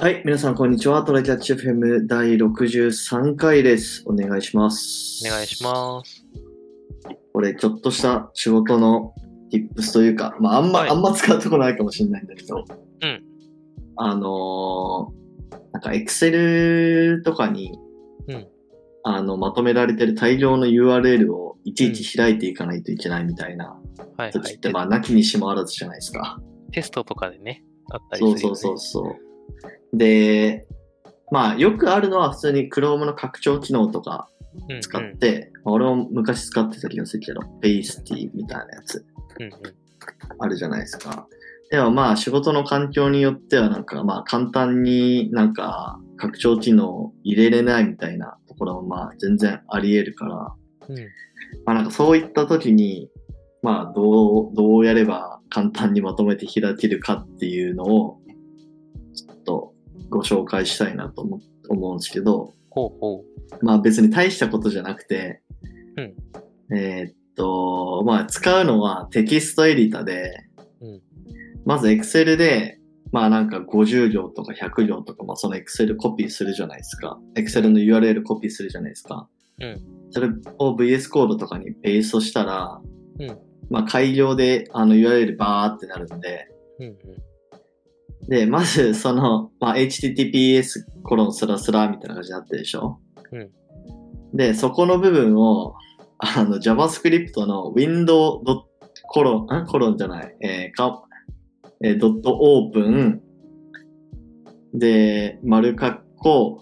はい、皆さんこんにちは。トライキャッチ FM 第63回です。お願いします。 お願いします。 これちょっとした仕事の tips というか、あんま使うとこないかもしれないんだけど、 うん。 なんか Excel とかに、まとめられてる大量の URL をいちいち開いていかないといけないみたいな時って、なきにしもあらずじゃないですか。 テストとかでね、あったりするよね。 そう。で、よくあるのは普通に Chrome の拡張機能とか使って、俺も昔使ってた気がするけど、Pasty みたいなやつ、あるじゃないですか。でも仕事の環境によっては簡単に拡張機能入れれないみたいなところも全然あり得るから、そういった時に、どうやれば簡単にまとめて開けるかっていうのを、ちょっとご紹介したいなと思うんですけど、別に大したことじゃなくて、使うのはテキストエディタで、まず Excel で、50行とか100行とか、その Excel コピーするじゃないですか。Excel の URL コピーするじゃないですか。それを VS コードとかにペーストしたら、改行でURL バーってなるんで、で、まずその、https:// みたいな感じになってるでしょ。で、そこの部分を、JavaScript の window コロンじゃない、ドットオープンで、丸括弧、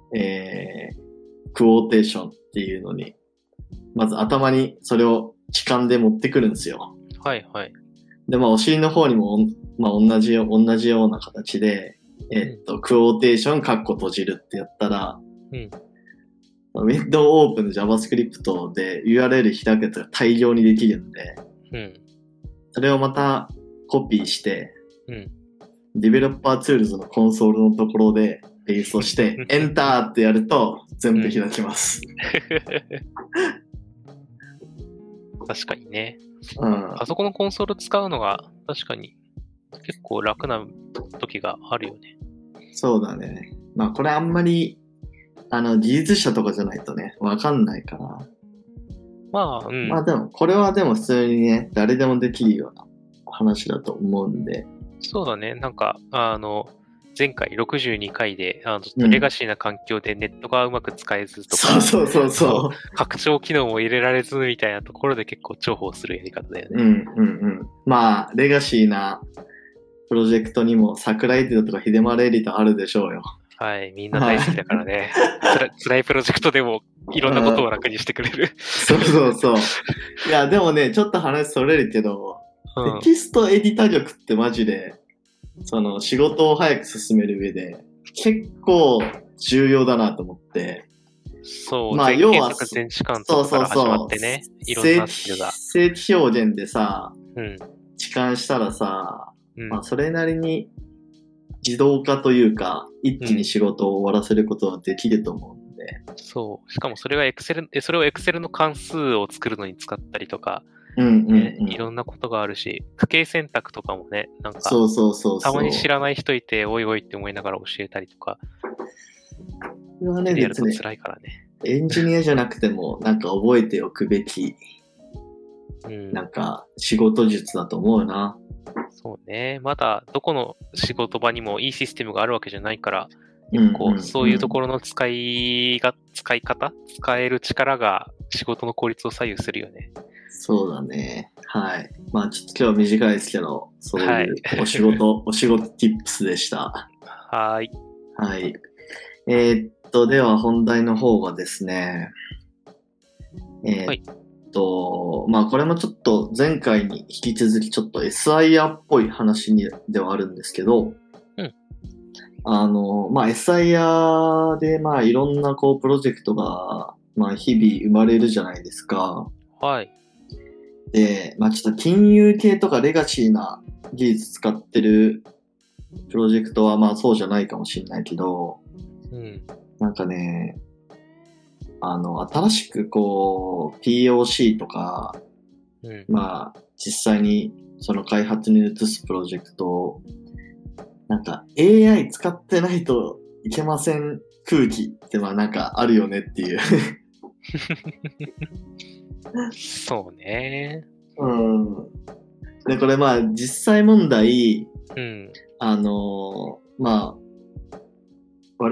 クォーテーションっていうのに、まず頭にそれを置換で持ってくるんですよ。で、お尻の方にも、同じような形で、クォーテーション括弧閉じるってやったら、Windows Open の JavaScript で URL 開くやつが大量にできるんで、それをまたコピーして、Developer Tools のコンソールのところでペーストして、エンターってやると全部開きます。 確かにね。あそこのコンソール使うのが確かに結構楽な時があるよね。 そうだね。これあんまり技術者とかじゃないとね、わかんないから。でも、これはでも普通にね、誰でもできるような話だと思うんで。 そうだね。前回62回で、ちょっとレガシーな環境でネットがうまく使えずとか、 そう。 拡張機能も入れられずみたいなところで結構重宝するやり方だよね。 レガシーなプロジェクトにも桜エディタとかヒデマルエディタあるでしょうよ。 はい、みんな大好きだからね。辛いプロジェクトでもいろんなことを楽にしてくれる。 そう。いや、でもね、ちょっと話それるけど、テキストエディタ力ってマジで、その仕事を早く進める上で結構重要だなと思って。 そう、要は前置関数から始まってね、いろんなスキルが。 正規表現でさ、置換したらさ、それなりに自動化というか、一気に仕事を終わらせることはできると思うんで。 そう。しかもそれを Excel の関数を作るのに使ったりとか、いろんなことがあるし、区形選択とかもね、 そうたまに知らない人いて、おいおいって思いながら教えたりとか、やると辛いからね。 エンジニアじゃなくても、覚えておくべき、仕事術だと思うな。 そうね。まだどこの仕事場にもいいシステムがあるわけじゃないから、結構そういうところの使い方、使える力が仕事の効率を左右するよね。 そうだね。はい。ちょっと今日は短いですけど、そういうお仕事tips でした。 はい。 では本題の方がですね、これもちょっと前回に引き続きちょっと SIR っぽい話ではあるんですけど、SIR でいろんなプロジェクトが日々生まれるじゃないですか。で、ちょっと金融系とかレガシーな技術使ってるプロジェクトはそうじゃないかもしれないけど、新しくPOC とか、実際にその開発に移すプロジェクトなんか AI 使ってないといけません空気ってまあなんかあるよねっていう。 そうね。 うん。で、これまあ実際問題、 うん。 まあ、我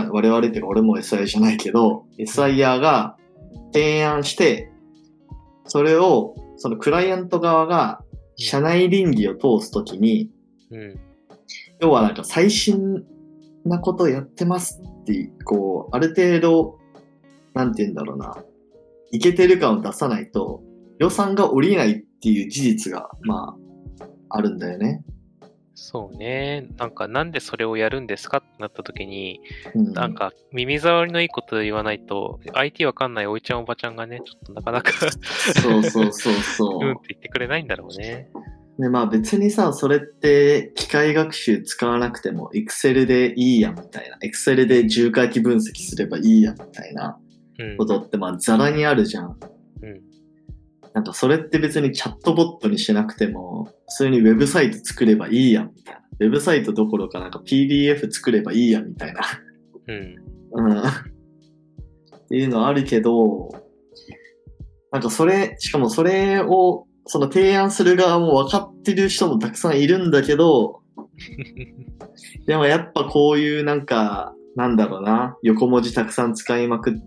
々っていうか俺も SI じゃないけど、SIR が提案して、それを、そのクライアント側が社内倫理を通すときに、 うん。 要はなんか最新なことやってますって、こう、ある程度、なんて言うんだろうな、いけてる感を出さないと、予算が下りないっていう事実が、まあ、あるんだよね。 そうね。なんでそれをやるんですかってなった時に、 うん、 なんか耳障りのいいこと言わないと、IT わかんないおいちゃんおばちゃんがね、ちょっとなかなかそうそうそうそう。 うんって言ってくれないんだろうね。 で、まあ別にさ、それって機械学習使わなくても Excel でいいやみたいな。Excel で重回帰分析すればいいやみたいなことってまあザラにあるじゃん。 うん。 なんかそれって別にチャットボットにしなくても、普通にウェブサイト作ればいいやみたいな。ウェブサイトどころかなんか PDF 作ればいいやみたいな。 うん。 うん。っていうのはあるけど、なんかしかもそれを、その提案する側も分かってる人もたくさんいるんだけど、でもやっぱこういうなんか、なんだろうな、横文字たくさん使いまくって、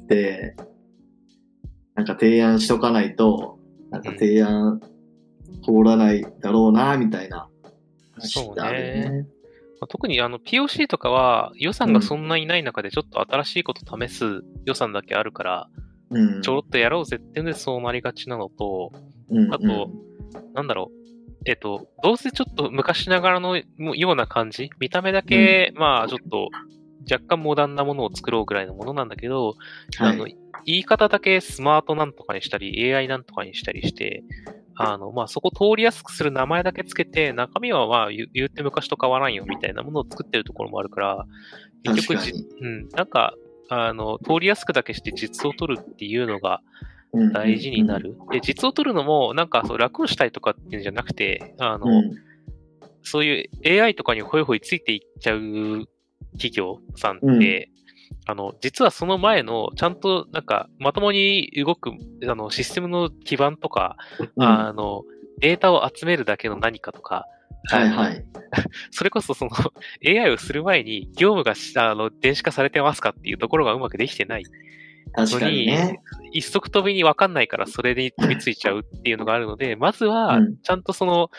なんか提案しとかないと、なんか提案通らないだろうな、みたいな話ってあるよね。 そうね。特にPOC とかは予算がそんなにない中でちょっと新しいこと試す予算だけあるから、ちょろっとやろうぜっていうのでそうなりがちなのと、あと、なんだろう。どうせちょっと昔ながらのような感じ、見た目だけ、まあちょっと若干モダンなものを作ろうぐらいのものなんだけど、 はい、 言い方だけスマートなんとかにしたり、AI なんとかにしたりして、まあそこ通りやすくする名前だけつけて、中身はまあ言って昔と変わらんよみたいなものを作ってるところもあるから、結局なんか、通りやすくだけして実を取るっていうのが大事になる。で、実を取るのも、なんかそう楽をしたいとかっていうんじゃなくて、そういう AI とかにホイホイついていっちゃう企業さんって、実はその前の、ちゃんとなんか、まともに動く、システムの基盤とか、データを集めるだけの何かとか、 はいはい。 それこそその AI をする前に業務が電子化されてますかっていうところがうまくできてない確かにね。 一足飛びに分かんないからそれに飛びついちゃうっていうのがあるので、まずはちゃんとその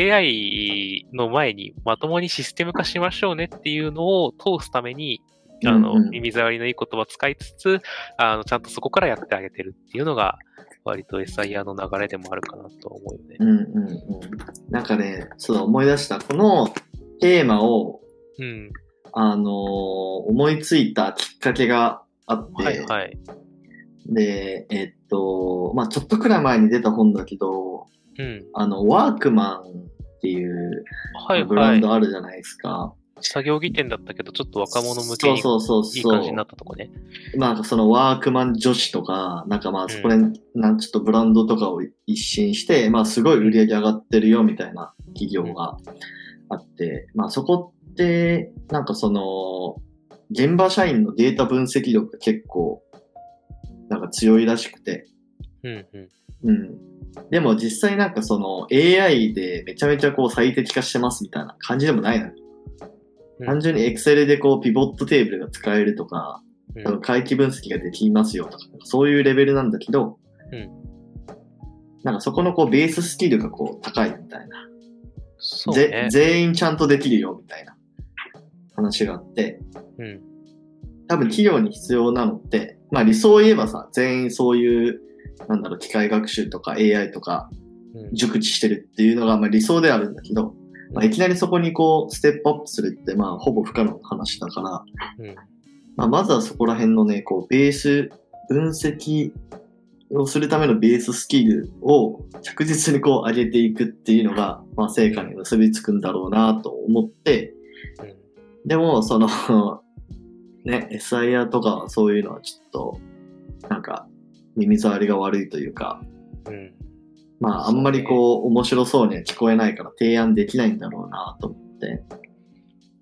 AI の前にまともにシステム化しましょうねっていうのを通すために、耳障りのいい言葉を使いつつ、ちゃんとそこからやってあげてるっていうのが、割と SIR の流れでもあるかなと思うよね。 なんかね、そう思い出した。このテーマを、思いついたきっかけがあって、 はいはい。 で、まあちょっとくらい前に出た本だけど、ワークマンっていうブランドあるじゃないですか。 作業着店だったけど、ちょっと若者向けにいい感じになったとこね。 まあそのワークマン女子とか、なんかまあそこで、ちょっとブランドとかを一新して、まあすごい売り上げ上がってるよみたいな企業があって、まあそこって、なんかその、現場社員のデータ分析力が結構、なんか強いらしくて。でも実際なんかその AI でめちゃめちゃこう最適化してますみたいな感じでもないのよ。単純に Excel でこうピボットテーブルが使えるとか、回帰分析ができますよとか、そういうレベルなんだけど、なんかそこのこうベーススキルがこう高いみたいな。全員ちゃんとできるよみたいな話があって、多分企業に必要なのって、まあ理想を言えばさ、全員そういう、なんだろう、機械学習とか AI とか熟知してるっていうのがまあ理想ではあるんだけど、まあ、いきなりそこにこうステップアップするってまあほぼ不可能な話だから、まあ、まずはそこら辺のね、こうベース分析をするためのベーススキルを着実にこう上げていくっていうのが、まあ成果に結びつくんだろうなと思って、でもそのね、SIR とかそういうのはちょっとなんか耳障りが悪いというか、まあ、あんまりこう、面白そうには聞こえないから提案できないんだろうなと思って。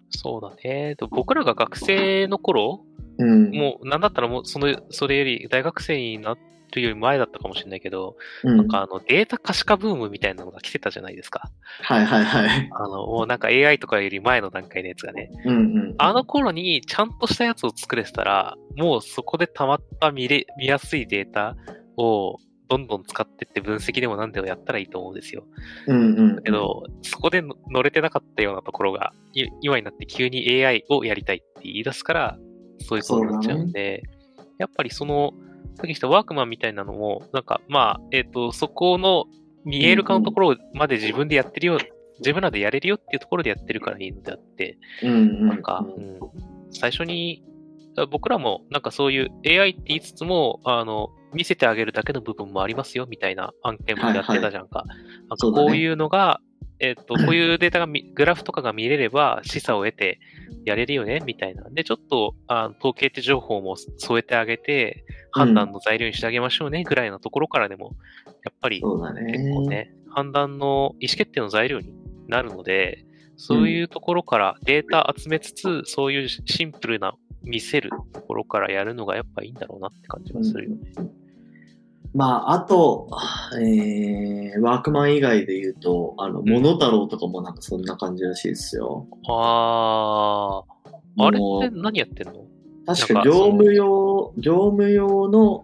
そうだね。僕らが学生の頃、もう、なんだったらもう、それより、大学生になるより前だったかもしれないけど、なんかデータ可視化ブームみたいなのが来てたじゃないですか。 はいはいはい。 もうなんか AI とかより前の段階のやつがね。あの頃にちゃんとしたやつを作れてたら、もうそこで溜まった見やすいデータをどんどん使ってって分析でも何でもやったらいいと思うんですよ。だけど、そこで乗れてなかったようなところが、今になって急に AI をやりたいって言い出すから、そういうことになっちゃうんで、やっぱりさっき言ったワークマンみたいなのも、なんか、そこの見える化のところまで自分でやってるよ、自分らでやれるよっていうところでやってるからいいのであって、なんか、最初に、僕らもなんかそういう AI って言いつつも、見せてあげるだけの部分もありますよみたいな案件もやってたじゃんか。なんかこういうのが、こういうデータがグラフとかが見れれば示唆を得てやれるよねみたいな。で、ちょっと統計的情報も添えてあげて、判断の材料にしてあげましょうねぐらいのところからでも、やっぱり結構ね、判断の意思決定の材料になるので、そういうところからデータ集めつつ、そういうシンプルな見せるところからやるのがやっぱいいんだろうなって感じがするよね。 あと、ワークマン以外で言うと、モノタロウとかもなんかそんな感じらしいですよ。 あれって何やってんの？ 確か業務用の、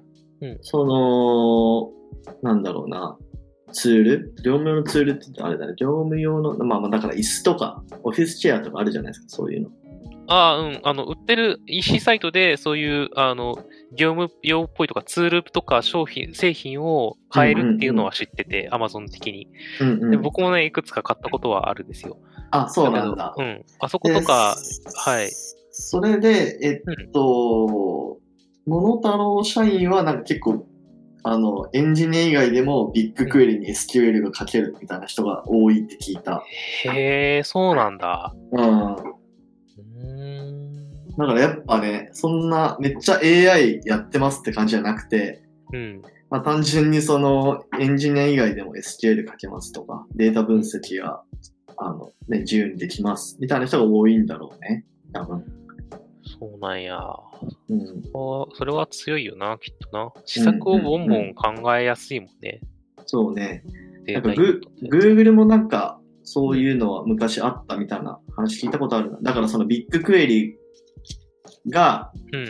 なんだろうな、ツール業務用のツールって言ってあれだね、業務用の、だから椅子とか、オフィスチェアとかあるじゃないですか、そういうの。 売ってる EC サイトで、そういう、業務用っぽいとか、ツールとか製品を買えるっていうのは知ってて、Amazon 的に。で僕もね、いくつか買ったことはあるんですよ。 あ、そうなんだ。 あそことか、はい。 それで、モノタロウ社員はなんか結構、エンジニア以外でもビッグクエリに SQL が書けるみたいな人が多いって聞いた。 へー、そうなんだ。 だからやっぱね、そんなめっちゃ AI やってますって感じじゃなくて、単純にエンジニア以外でも SQL 書けますとか、データ分析が、自由にできますみたいな人が多いんだろうね、多分。 そうなんや。それは強いよな、きっとな。施策をボンボン考えやすいもんね。 そうね。なんかGoogle もなんか、そういうのは昔あったみたいな話聞いたことあるな。だからそのビッグクエリが、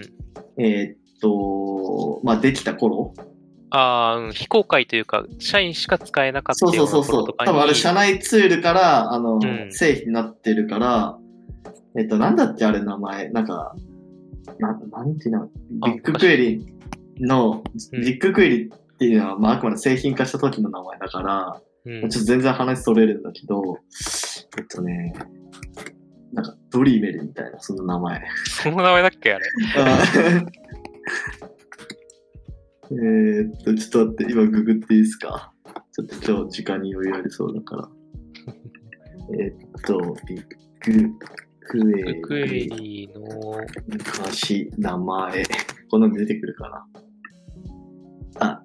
できた頃。 非公開というか、社員しか使えなかったようなところとかに。 多分あれ社内ツールから、製品になってるから、なんだっけあれ名前。なんか、なんていうの、ビッグクエリっていうのは、あくまで製品化した時の名前だから、ちょっと全然話それるんだけど、なんか、ドリメルみたいな、その名前。 その名前だっけあれ。 ちょっと待って、今ググっていいですか？ちょっと今日時間に余裕ありそうだから。ビッグクエリの昔、名前。こんなの出てくるかな。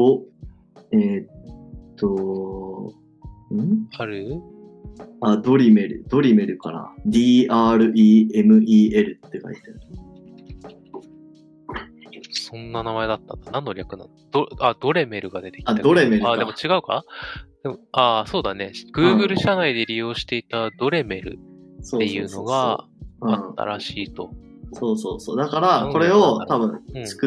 ある？ ドリメルかな。DREMEL って書いてある。 そんな名前だったんだ。何の略なの？ドレメルが出てきた。 ドレメルか。 でも違うか？そうだね。Google 社内で利用していたドレメルっていうのがあったらしいと。 そう。だから、これを多分作って、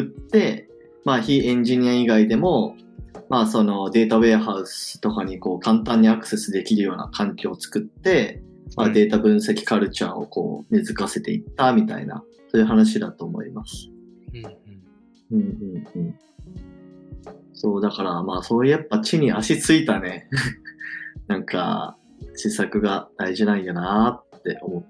非エンジニア以外でも、そのデータウェアハウスとかにこう簡単にアクセスできるような環境を作って、データ分析カルチャーをこう根付かせていったみたいな、そういう話だと思います。そう、だからそういうやっぱ地に足ついたね、なんか施策が大事なんやなって思った。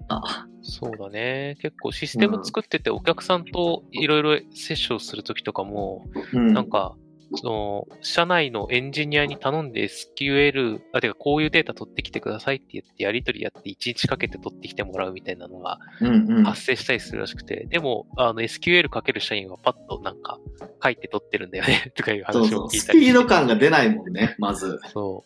そうだね。結構システム作っててお客さんといろいろセッションするときとかも、なんか、社内のエンジニアに頼んで SQL、こういうデータ取ってきてくださいって言ってやり取りやって1日かけて取ってきてもらうみたいなのが発生したりするらしくて、でも、SQL かける社員はパッとなんか書いて取ってるんだよねとかいう話を聞いたりして。 スピード感が出ないもんね、まず。 そう。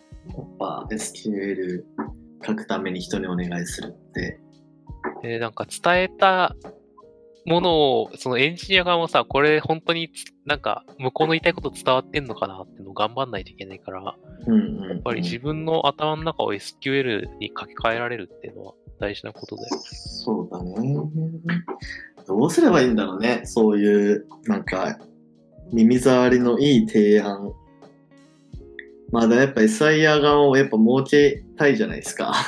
やっぱ SQL 書くために人にお願いするって、 なんか伝えたものを、そのエンジニア側もさ、これ本当になんか向こうの言いたいこと伝わってんのかなっていうのを頑張んないといけないから、やっぱり自分の頭の中を SQL に書き換えられるっていうのは大事なことだよね。 そうだね。どうすればいいんだろうね。そういう、なんか、耳障りのいい提案。まあ、やっぱ SIR 側をやっぱ儲けたいじゃないですか。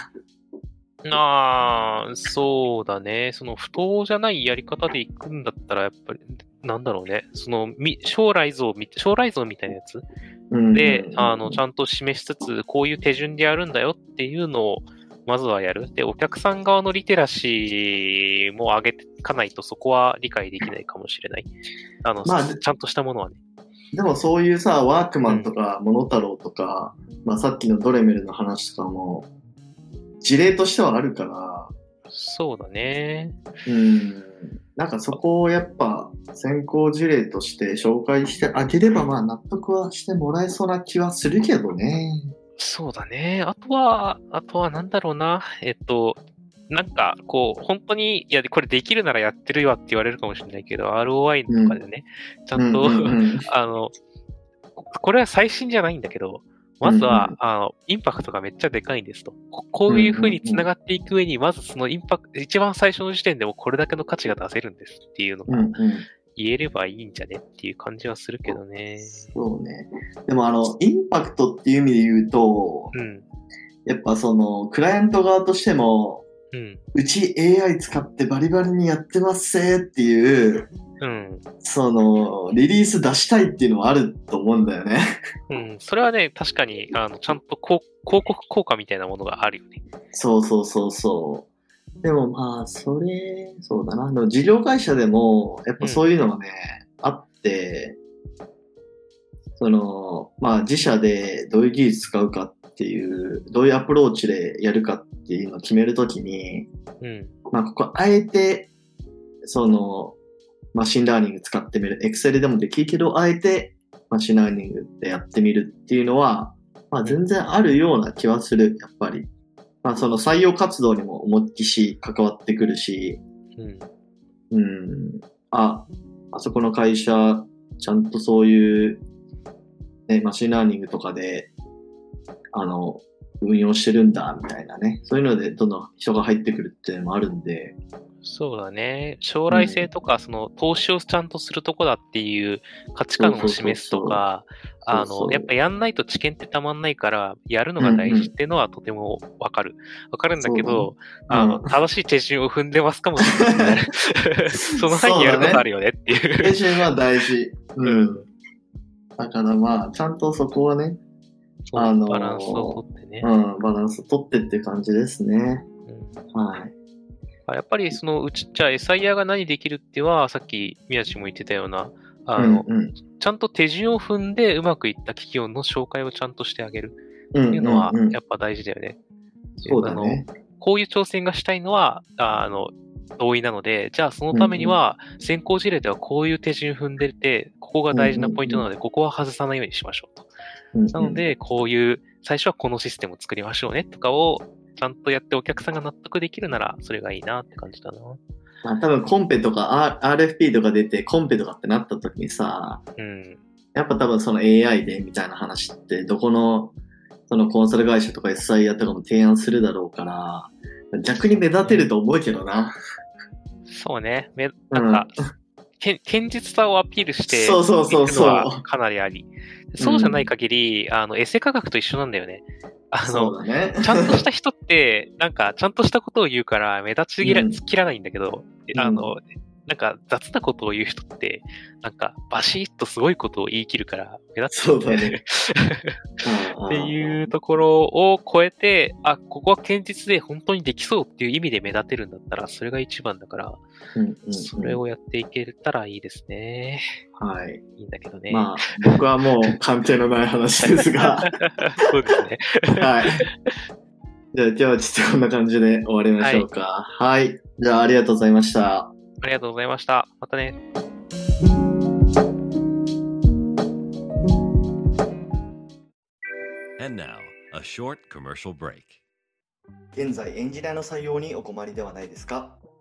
そうだね。その不当じゃないやり方でいくんだったら、やっぱり、なんだろうね。その、将来像みたいなやつで、ちゃんと示しつつ、こういう手順でやるんだよっていうのを、まずはやる。で、お客さん側のリテラシーも上げていかないと、そこは理解できないかもしれない。まあ、ちゃんとしたものはね。 でもそういうさ、ワークマンとか、モノタロウとか、まあさっきのドレメルの話とかも、事例としてはあるから。 そうだね。 なんかそこをやっぱ先行事例として紹介してあげれば、まあ納得はしてもらえそうな気はするけどね。 そうだね。あとはなんだろうな。なんか、こう、本当に、いや、これできるならやってるわって言われるかもしれないけど、ROI とかでね、ちゃんと、これは最新じゃないんだけど、まずは、インパクトがめっちゃでかいんですと。こういう風に繋がっていく上に、まずそのインパクト、一番最初の時点でもこれだけの価値が出せるんですっていうのが言えればいいんじゃねっていう感じはするけどね。 そうね。でもインパクトっていう意味で言うと、やっぱその、クライアント側としても、うち AI 使ってバリバリにやってますぜっていう、その、リリース出したいっていうのはあると思うんだよね。 それはね、確かに、ちゃんと広告効果みたいなものがあるよね。 そう。でもまあ、そうだな。事業会社でも、やっぱそういうのがね、あって、その、まあ自社でどういう技術使うかっていう、どういうアプローチでやるかっていうのを決めるときに、まあここあえて、その、マシンラーニング使ってみる。Excel でもできるけど、あえてマシンラーニングでやってみるっていうのは、まあ全然あるような気はする、やっぱり。まあその採用活動にも思いっきし関わってくるし、あそこの会社、ちゃんとそういう、ね、マシンラーニングとかで、運用してるんだ、みたいなね。そういうので、どんどん人が入ってくるっていうのもあるんで。 そうだね。将来性とか、その、投資をちゃんとするとこだっていう価値観を示すとか、やっぱやんないと知見ってたまんないから、やるのが大事っていうのはとてもわかる。わかるんだけど、正しい手順を踏んでますかもしれない。その範囲にやることあるよねっていう。 手順は大事。だからまあ、ちゃんとそこはね、 バランスをとってね。 バランスをとってって感じですね。はい。 やっぱりそのじゃあ SIR が何できるっては、さっき宮地も言ってたような、ちゃんと手順を踏んでうまくいった企業の紹介をちゃんとしてあげるっていうのはやっぱ大事だよね。 そうだね。 こういう挑戦がしたいのは、同意なので、じゃあそのためには先行事例ではこういう手順踏んでて、ここが大事なポイントなので、ここは外さないようにしましょうと。なので、こういう、最初はこのシステムを作りましょうねとかを、ちゃんとやってお客さんが納得できるなら、それがいいなって感じだな。 まあ多分コンペとか、RFP とか出て、コンペとかってなった時にさ、やっぱ多分その AI でみたいな話って、どこの、そのコンサル会社とか SIR とかも提案するだろうから、逆に目立てると思うけどな。 そうね。なんか、堅実さをアピールしていくのはかなりあり。そうじゃない限り、エセ科学と一緒なんだよね。 そうだね。 ちゃんとした人って、なんか、ちゃんとしたことを言うから目立ちきらないんだけど、なんか雑なことを言う人って、なんかバシッとすごいことを言い切るから目立つんだよね。っていうところを超えて、ここは堅実で本当にできそうっていう意味で目立てるんだったら、それが一番だから、それをやっていけたらいいですね。 はい。 いいんだけどね。 まあ、僕はもう関係のない話ですが。 そうですね。 はい。じゃあ今日はちょっとこんな感じで終わりましょうか。はい。じゃあありがとうございました。 ありがとうございました。またね。 And now, a short commercial break. 現在エンジニアの採用にお困りではないですか？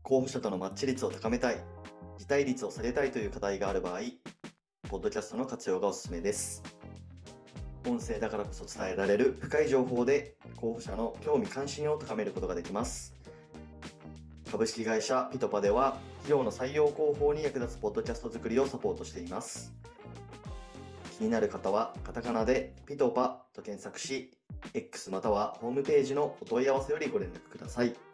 候補者とのマッチ率を高めたい、辞退率を下げたいという課題がある場合、ポッドキャストの活用がおすすめです。音声だからこそ伝えられる深い情報で候補者の興味関心を高めることができます。株式会社ピトパでは企業の採用広報に役立つポッドキャスト作りをサポートしています。気になる方はカタカナでピトパと検索し、X またはホームページのお問い合わせよりご連絡ください。